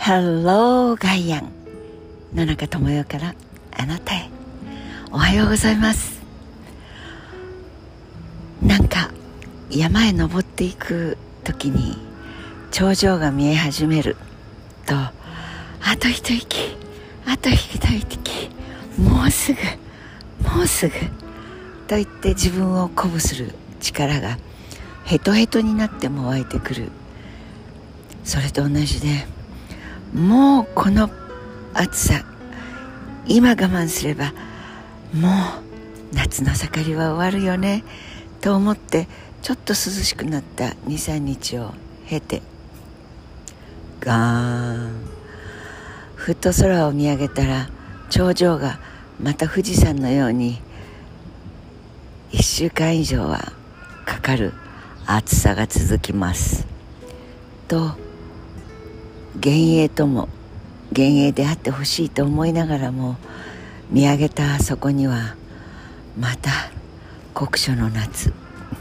Hello ガイアン、野中智代からあなたへ。おはようございます。なんか山へ登っていく時に頂上が見え始めると、あと一息、あと一息、もうすぐと言って自分を鼓舞する力がヘトヘトになっても湧いてくる。それと同じで、もうこの暑さ、今我慢すればもう夏の盛りは終わるよねと思って、ちょっと涼しくなった 2,3 日を経て、ガーン、ふっと空を見上げたら、頂上がまた富士山のように1週間以上はかかる暑さが続きますと、幻影であってほしいと思いながらも、見上げたそこにはまた酷暑の夏、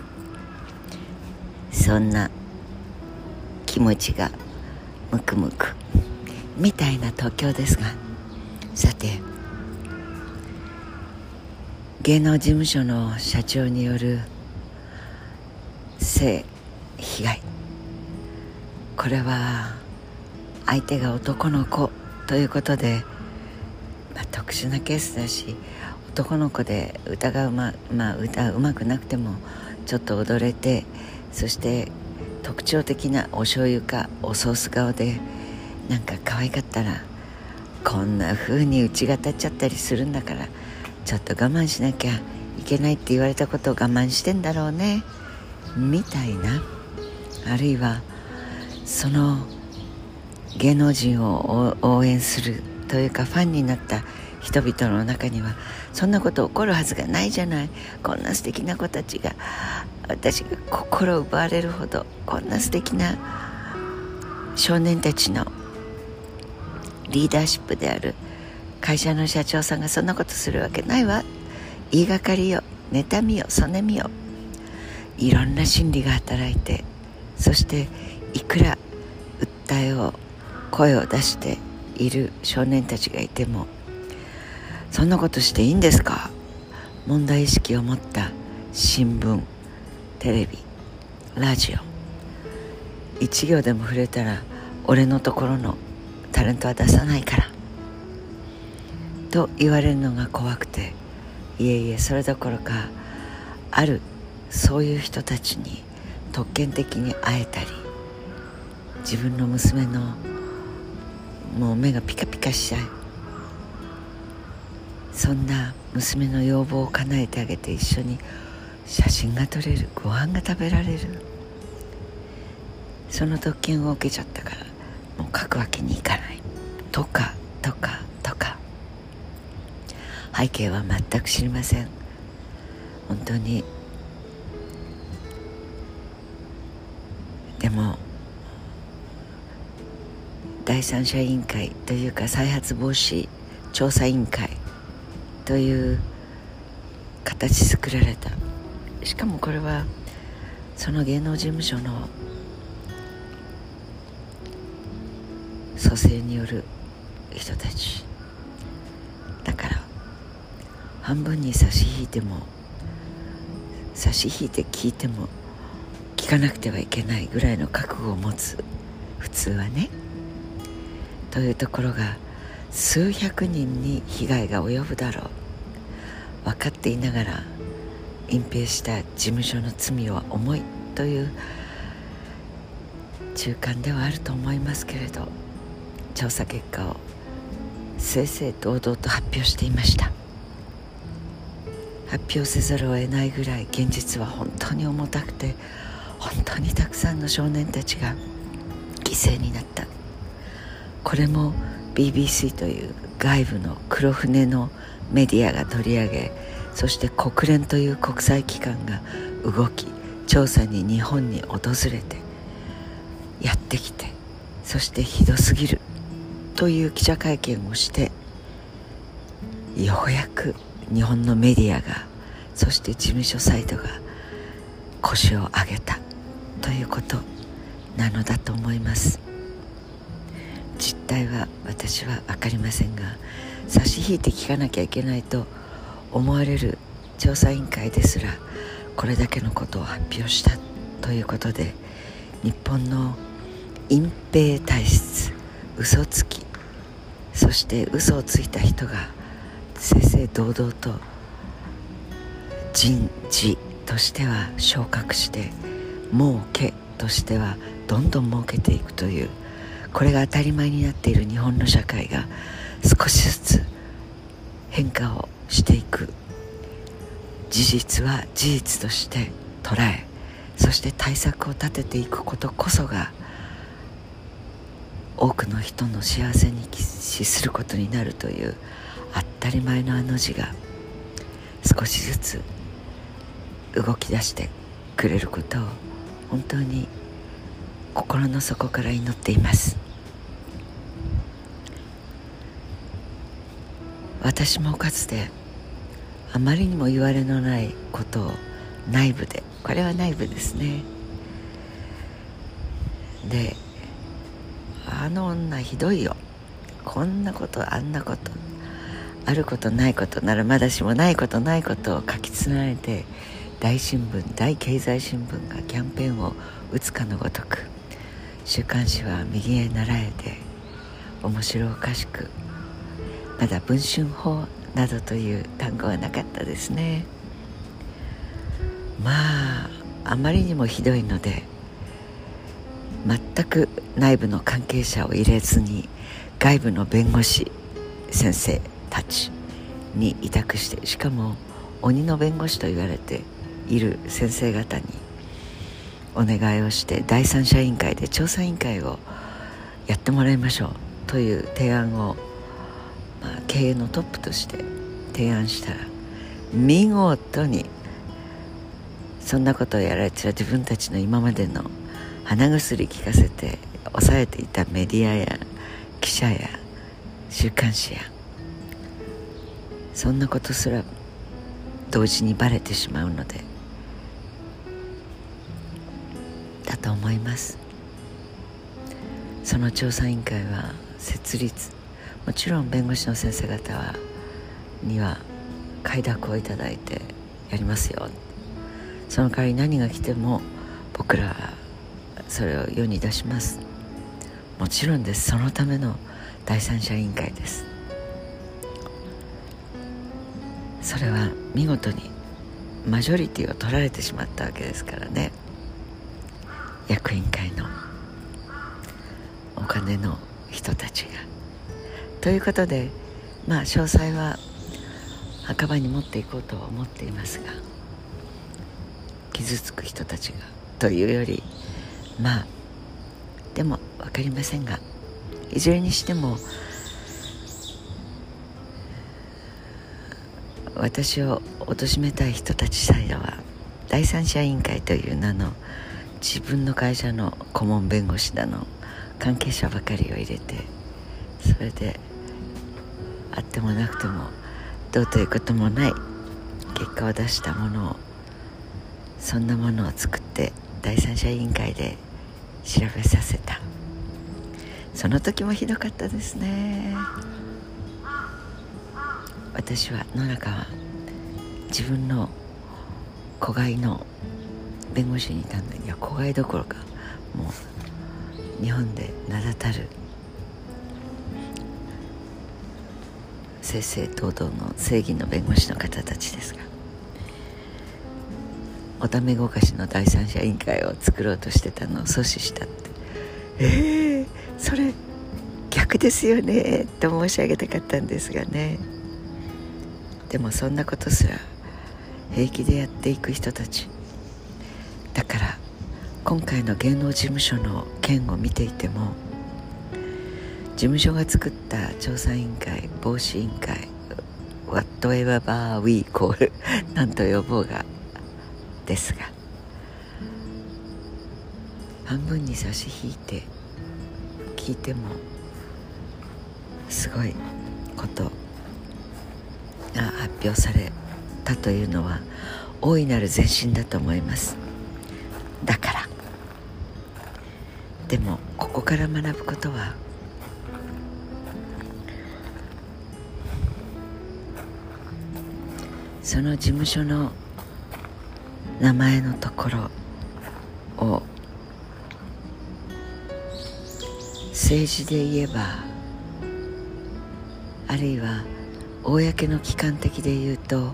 そんな気持ちがムクムクみたいな東京ですが、さて、芸能事務所の社長による性被害、これは相手が男の子ということで、特殊なケースだし、男の子で歌が歌うまくなくてもちょっと踊れて、そして特徴的なお醤油かおソース顔でなんか可愛かったら、こんな風にうちが立っちゃったりするんだから、ちょっと我慢しなきゃいけないって言われたことを我慢してんだろうねみたいな、あるいはその芸能人を応援するというかファンになった人々の中には、そんなこと起こるはずがないじゃない、こんな素敵な子たちが、私が心を奪われるほどこんな素敵な少年たちのリーダーシップである会社の社長さんがそんなことするわけないわ、言いがかりよ、妬みよ、そねみよ、いろんな心理が働いて、そしていくら訴えを声を出している少年たちがいても、そんなことしていいんですか。問題意識を持った新聞、テレビ、ラジオ、一行でも触れたら俺のところのタレントは出さないからと言われるのが怖くて、いえいえ、それどころか、あるそういう人たちに特権的に会えたり、自分の娘のもう目がピカピカしちゃう、そんな娘の要望を叶えてあげて、一緒に写真が撮れる、ご飯が食べられる、その特権を受けちゃったから、もう書くわけにいかないとか、背景は全く知りません。本当に。でも第三者委員会というか、再発防止調査委員会という形作られた。しかもこれはその芸能事務所の組成による人たちだから、半分に差し引いて聞いても聞かなくてはいけないぐらいの覚悟を持つ、普通はね、というところが、数百人に被害が及ぶだろう、分かっていながら隠蔽した事務所の罪は重いという中間ではあると思いますけれど、調査結果を正々堂々と発表していました。発表せざるを得ないぐらい現実は本当に重たくて、本当にたくさんの少年たちが犠牲になった。これも BBC という外部の黒船のメディアが取り上げ、そして国連という国際機関が動き、調査に日本に訪れてやってきて、そしてひどすぎるという記者会見をして、ようやく日本のメディアが、そして事務所サイドが腰を上げたということなのだと思います。じっ態は私は分かりませんが、差し引いて聞かなきゃいけないと思われる調査委員会ですらこれだけのことを発表したということで、日本の隠蔽体質、嘘つき、そして嘘をついた人が正々堂々と人事としては昇格して、儲けとしてはどんどん儲けていくという、これが当たり前になっている日本の社会が少しずつ変化をしていく。事実は事実として捉え、そして対策を立てていくことこそが多くの人の幸せに資することになるという当たり前のあの字が少しずつ動き出してくれることを本当に心の底から祈っています。私もかつてあまりにも言われのないことを内部で、これは内部ですね、で、あの女ひどいよ、こんなことあんなこと、あることないことならまだしもないことないことを書き連ねて、大新聞、大経済新聞がキャンペーンを打つかのごとく、週刊誌は右へ習えて面白おかしく、まだ文春法などという単語はなかったですね。まああまりにもひどいので、全く内部の関係者を入れずに外部の弁護士先生たちに委託して、しかも鬼の弁護士と言われている先生方にお願いをして、第三者委員会で調査委員会をやってもらいましょうという提案を、経営のトップとして提案したら、見事にそんなことをやられちゃ自分たちの今までの鼻薬聞かせて抑えていたメディアや記者や週刊誌や、そんなことすら同時にバレてしまうのでだと思います。その調査委員会は設立、もちろん弁護士の先生方には快諾をいただいてやりますよ、その代わり何が来ても僕らはそれを世に出します、もちろんです。そのための第三者委員会です。それは見事にマジョリティを取られてしまったわけですからね。役員会のお金の人たちがということで、詳細は墓場に持っていこうとは思っていますが、傷つく人たちがというより、でも分かりませんが、いずれにしても私を貶めたい人たちサイドは第三者委員会という名の自分の会社の顧問弁護士だの関係者ばかりを入れて、それであってもなくてもどうということもない結果を出したものを、そんなものを作って第三者委員会で調べさせた。その時もひどかったですね。私は野中は自分の子飼いの弁護士にいたんだ。いや、子飼いどころかもう日本で名だたる正々堂々の正義の弁護士の方たちですが、おためごかしの第三者委員会を作ろうとしてたのを阻止したって。それ逆ですよねと申し上げたかったんですがね。でもそんなことすら平気でやっていく人たちだから、今回の芸能事務所の件を見ていても、事務所が作った調査委員会、防止委員会、whatever we call なんと呼ぼうがですが、半分に差し引いて聞いてもすごいことが発表されたというのは大いなる前進だと思います。だからでもここから学ぶことは、 その事務所の名前のところを政治で言えば、あるいは公の機関的で言うと、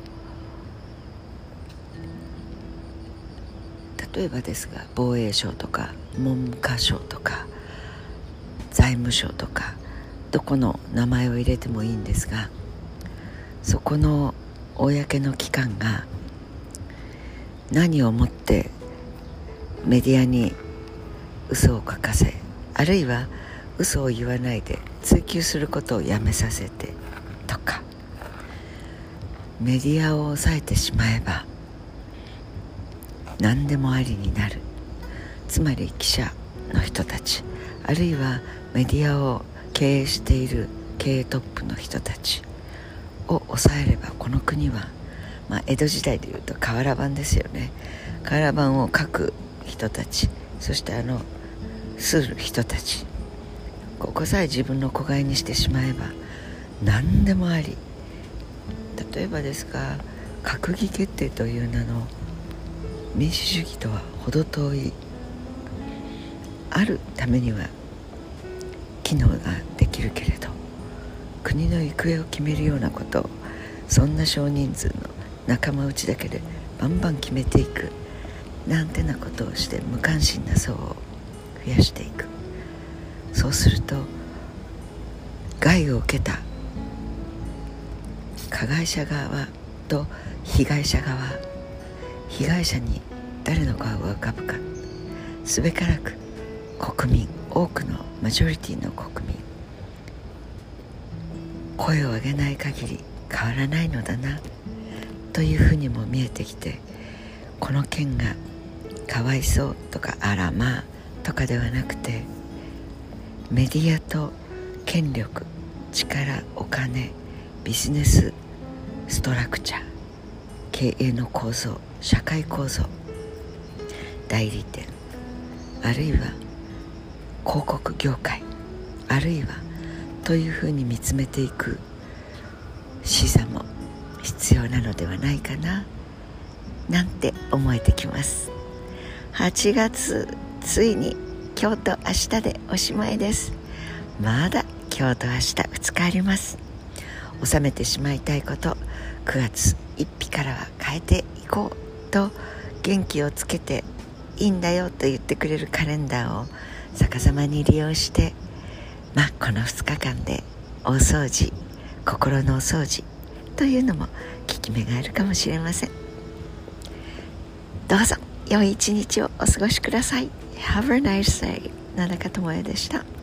例えばですが防衛省とか文科省とか財務省とか、どこの名前を入れてもいいんですが、そこの公の機関が何をもってメディアに嘘を書かせ、あるいは嘘を言わないで追求することをやめさせてとか、メディアを抑えてしまえば何でもありになる。つまり記者の人たち、あるいはメディアを経営している経営トップの人たちを抑えれば、この国は、江戸時代でいうと瓦版ですよね。瓦版を書く人たち、そしてする人たち、ここさえ自分の子飼いにしてしまえば何でもあり。例えばですが、閣議決定という名の民主主義とは程遠い、あるためには機能ができるけれど、国の行方を決めるようなことをそんな少人数の仲間内だけでバンバン決めていくなんてなことをして、無関心な層を増やしていく。そうすると害を受けた加害者側と被害者側、被害者に誰の顔が浮かぶか、すべからく国民、多くのマジョリティの国民、声を上げない限り変わらないのだなというふうにも見えてきて、この件がかわいそうとかあらまあとかではなくて、メディアと権力、力、お金、ビジネスストラクチャー、経営の構造、社会構造、代理店、あるいは広告業界、あるいはというふうに見つめていく視座も必要なのではないかな、なんて思えてきます。8月、ついに今日と明日でおしまいです。まだ今日と明日2日あります。収めてしまいたいこと、9月1日からは変えていこうと元気をつけていいんだよと言ってくれるカレンダーを逆さまに利用して、この2日間で大掃除、心のお掃除というのも効き目があるかもしれません。どうぞ良い一日をお過ごしください。Have a nice day。 野中智也でした。